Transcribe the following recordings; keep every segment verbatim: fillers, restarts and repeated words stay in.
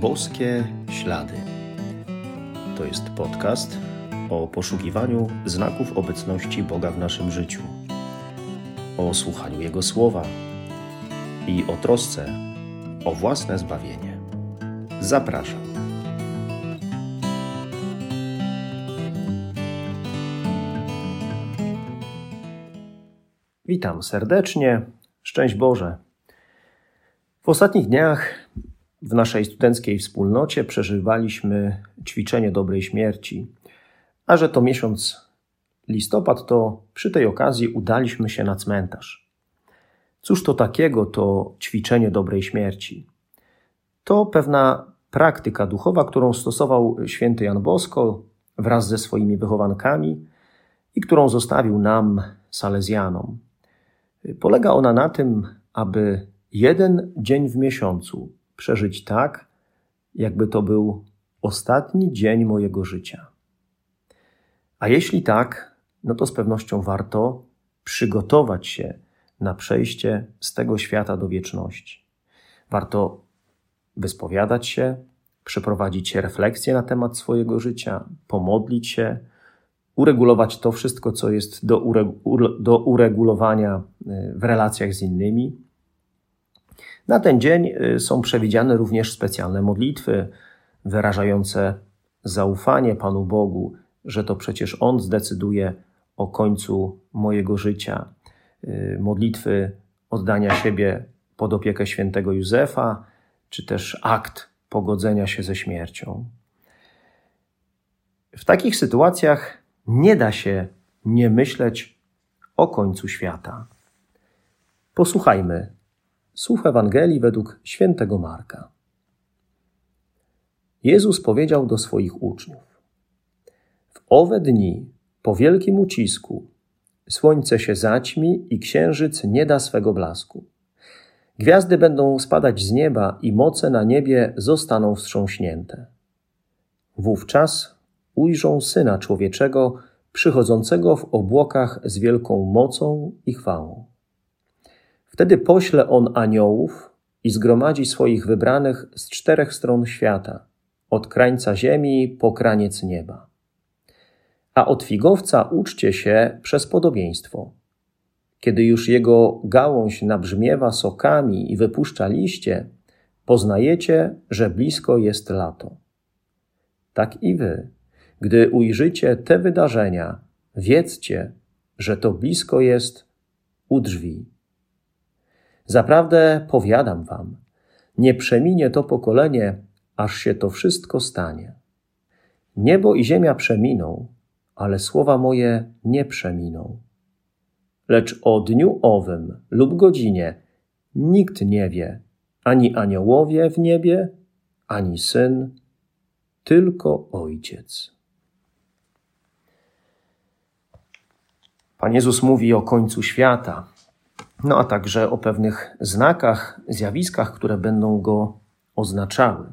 Boskie Ślady. To jest podcast o poszukiwaniu znaków obecności Boga w naszym życiu, o słuchaniu Jego słowa i o trosce o własne zbawienie. Zapraszam. Witam serdecznie. Szczęść Boże. W ostatnich dniach w naszej studenckiej wspólnocie przeżywaliśmy ćwiczenie dobrej śmierci, a że to miesiąc listopad, to przy tej okazji udaliśmy się na cmentarz. Cóż to takiego to ćwiczenie dobrej śmierci? To pewna praktyka duchowa, którą stosował święty Jan Bosko wraz ze swoimi wychowankami i którą zostawił nam, salezjanom. Polega ona na tym, aby jeden dzień w miesiącu przeżyć tak, jakby to był ostatni dzień mojego życia. A jeśli tak, no to z pewnością warto przygotować się na przejście z tego świata do wieczności. Warto wyspowiadać się, przeprowadzić refleksję na temat swojego życia, pomodlić się, uregulować to wszystko, co jest do, uregu- do uregulowania w relacjach z innymi. Na ten dzień są przewidziane również specjalne modlitwy wyrażające zaufanie Panu Bogu, że to przecież On zdecyduje o końcu mojego życia. Modlitwy oddania siebie pod opiekę świętego Józefa, czy też akt pogodzenia się ze śmiercią. W takich sytuacjach nie da się nie myśleć o końcu świata. Posłuchajmy słów Ewangelii według świętego Marka. Jezus powiedział do swoich uczniów: w owe dni, po wielkim ucisku, słońce się zaćmi i księżyc nie da swego blasku. Gwiazdy będą spadać z nieba i moce na niebie zostaną wstrząśnięte. Wówczas ujrzą Syna Człowieczego przychodzącego w obłokach z wielką mocą i chwałą. Wtedy pośle On aniołów i zgromadzi swoich wybranych z czterech stron świata, od krańca ziemi po kraniec nieba. A od figowca uczcie się przez podobieństwo. Kiedy już jego gałąź nabrzmiewa sokami i wypuszcza liście, poznajecie, że blisko jest lato. Tak i wy, gdy ujrzycie te wydarzenia, wiedzcie, że to blisko jest u drzwi. Zaprawdę powiadam wam, nie przeminie to pokolenie, aż się to wszystko stanie. Niebo i ziemia przeminą, ale słowa moje nie przeminą. Lecz o dniu owym lub godzinie nikt nie wie, ani aniołowie w niebie, ani Syn, tylko Ojciec. Pan Jezus mówi o końcu świata, no a także o pewnych znakach, zjawiskach, które będą go oznaczały.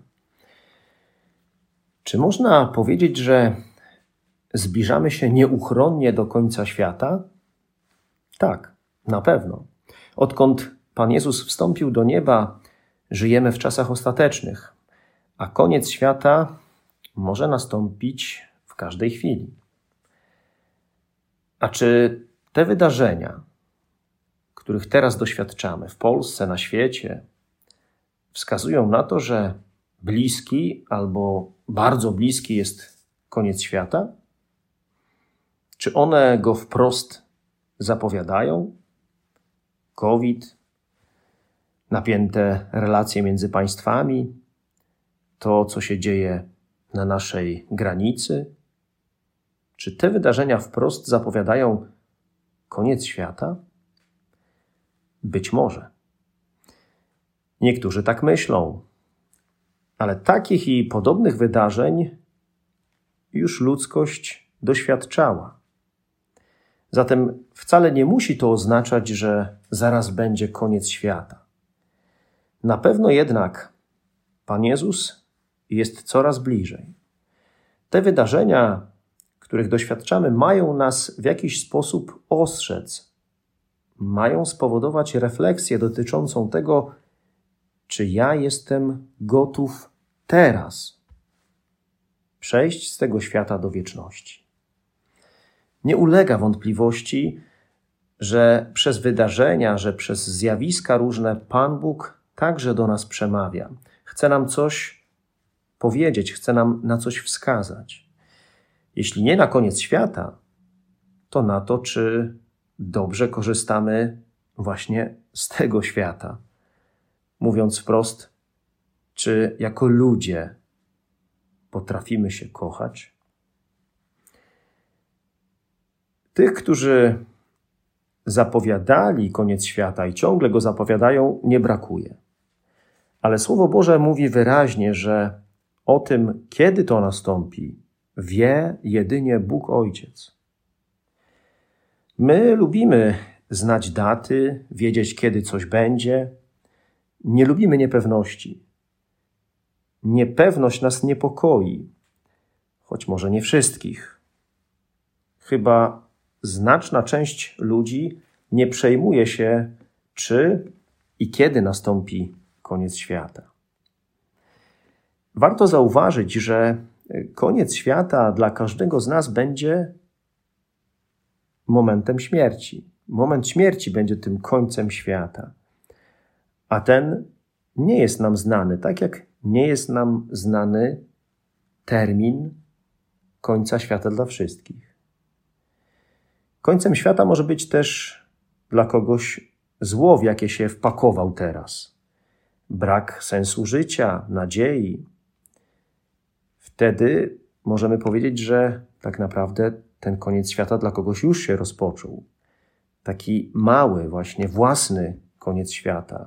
Czy można powiedzieć, że zbliżamy się nieuchronnie do końca świata? Tak, na pewno. Odkąd Pan Jezus wstąpił do nieba, żyjemy w czasach ostatecznych, a koniec świata może nastąpić w każdej chwili. A czy te wydarzenia, których teraz doświadczamy w Polsce, na świecie, wskazują na to, że bliski albo bardzo bliski jest koniec świata? Czy one go wprost zapowiadają? COVID, napięte relacje między państwami, to, co się dzieje na naszej granicy? Czy te wydarzenia wprost zapowiadają koniec świata? Być może. Niektórzy tak myślą, ale takich i podobnych wydarzeń już ludzkość doświadczała. Zatem wcale nie musi to oznaczać, że zaraz będzie koniec świata. Na pewno jednak Pan Jezus jest coraz bliżej. Te wydarzenia, których doświadczamy, mają nas w jakiś sposób ostrzec. Mają spowodować refleksję dotyczącą tego, czy ja jestem gotów teraz przejść z tego świata do wieczności. Nie ulega wątpliwości, że przez wydarzenia, że przez zjawiska różne Pan Bóg także do nas przemawia. Chce nam coś powiedzieć, chce nam na coś wskazać. Jeśli nie na koniec świata, to na to, czy dobrze korzystamy właśnie z tego świata. Mówiąc wprost, czy jako ludzie potrafimy się kochać? Tych, którzy zapowiadali koniec świata i ciągle go zapowiadają, nie brakuje. Ale Słowo Boże mówi wyraźnie, że o tym, kiedy to nastąpi, wie jedynie Bóg Ojciec. My lubimy znać daty, wiedzieć, kiedy coś będzie. Nie lubimy niepewności. Niepewność nas niepokoi, choć może nie wszystkich. Chyba znaczna część ludzi nie przejmuje się, czy i kiedy nastąpi koniec świata. Warto zauważyć, że koniec świata dla każdego z nas będzie momentem śmierci. Moment śmierci będzie tym końcem świata. A ten nie jest nam znany, tak jak nie jest nam znany termin końca świata dla wszystkich. Końcem świata może być też dla kogoś zło, w jakie się wpakował teraz. Brak sensu życia, nadziei. Wtedy możemy powiedzieć, że tak naprawdę ten koniec świata dla kogoś już się rozpoczął. Taki mały, właśnie własny koniec świata.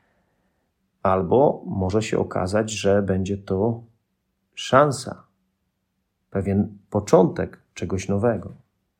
Albo może się okazać, że będzie to szansa, pewien początek czegoś nowego.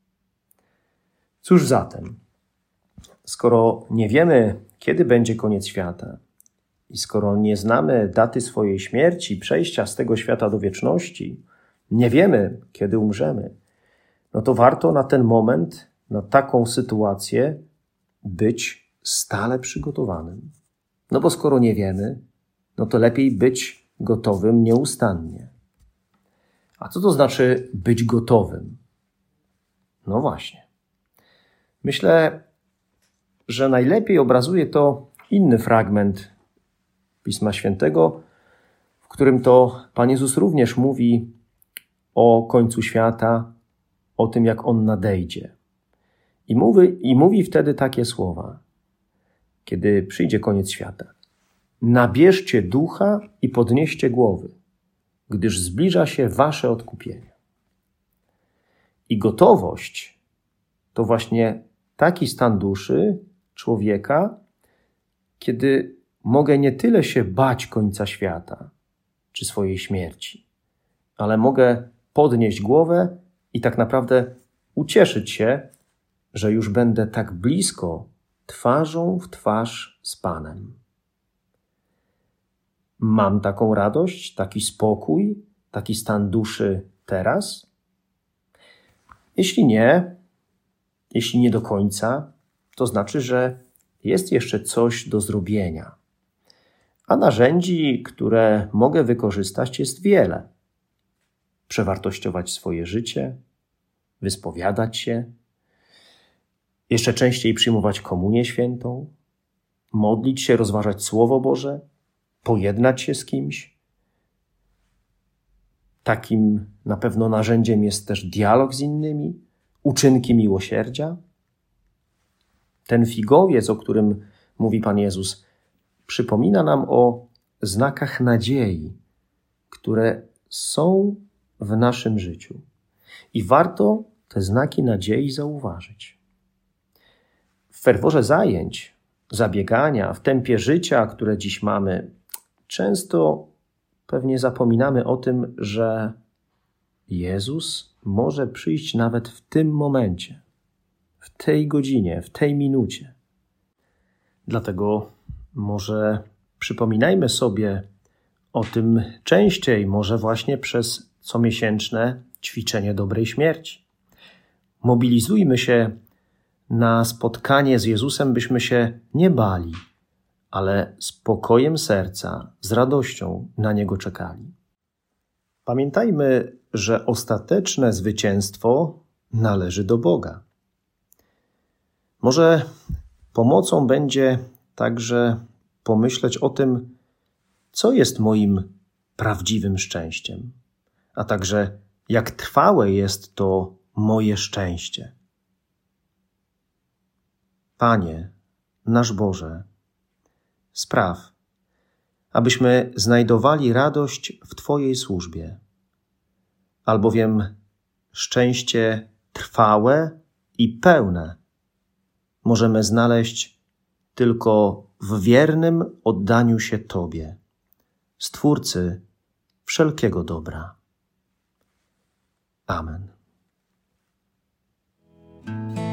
Cóż zatem, skoro nie wiemy, kiedy będzie koniec świata i skoro nie znamy daty swojej śmierci, przejścia z tego świata do wieczności, nie wiemy, kiedy umrzemy, no to warto na ten moment, na taką sytuację być stale przygotowanym. No bo skoro nie wiemy, no to lepiej być gotowym nieustannie. A co to znaczy być gotowym? No właśnie. Myślę, że najlepiej obrazuje to inny fragment Pisma Świętego, w którym to Pan Jezus również mówi o końcu świata, o tym, jak On nadejdzie. I mówi, i mówi wtedy takie słowa, kiedy przyjdzie koniec świata. Nabierzcie ducha i podnieście głowy, gdyż zbliża się wasze odkupienie. I gotowość to właśnie taki stan duszy człowieka, kiedy mogę nie tyle się bać końca świata czy swojej śmierci, ale mogę podnieść głowę i tak naprawdę ucieszyć się, że już będę tak blisko, twarzą w twarz z Panem. Mam taką radość, taki spokój, taki stan duszy teraz? Jeśli nie, jeśli nie do końca, to znaczy, że jest jeszcze coś do zrobienia. A narzędzi, które mogę wykorzystać, jest wiele. Przewartościować swoje życie, wyspowiadać się, jeszcze częściej przyjmować komunię świętą, modlić się, rozważać Słowo Boże, pojednać się z kimś. Takim na pewno narzędziem jest też dialog z innymi, uczynki miłosierdzia. Ten figowiec, o którym mówi Pan Jezus, przypomina nam o znakach nadziei, które są w naszym życiu. I warto te znaki nadziei zauważyć. W ferworze zajęć, zabiegania, w tempie życia, które dziś mamy, często pewnie zapominamy o tym, że Jezus może przyjść nawet w tym momencie, w tej godzinie, w tej minucie. Dlatego może przypominajmy sobie o tym częściej, może właśnie przez comiesięczne ćwiczenie dobrej śmierci. Mobilizujmy się na spotkanie z Jezusem, byśmy się nie bali, ale z pokojem serca, z radością na niego czekali. Pamiętajmy, że ostateczne zwycięstwo należy do Boga. Może pomocą będzie także pomyśleć o tym, co jest moim prawdziwym szczęściem, a także jak trwałe jest to moje szczęście. Panie, nasz Boże, spraw, abyśmy znajdowali radość w Twojej służbie, albowiem szczęście trwałe i pełne możemy znaleźć tylko w wiernym oddaniu się Tobie, Stwórcy wszelkiego dobra. Amen.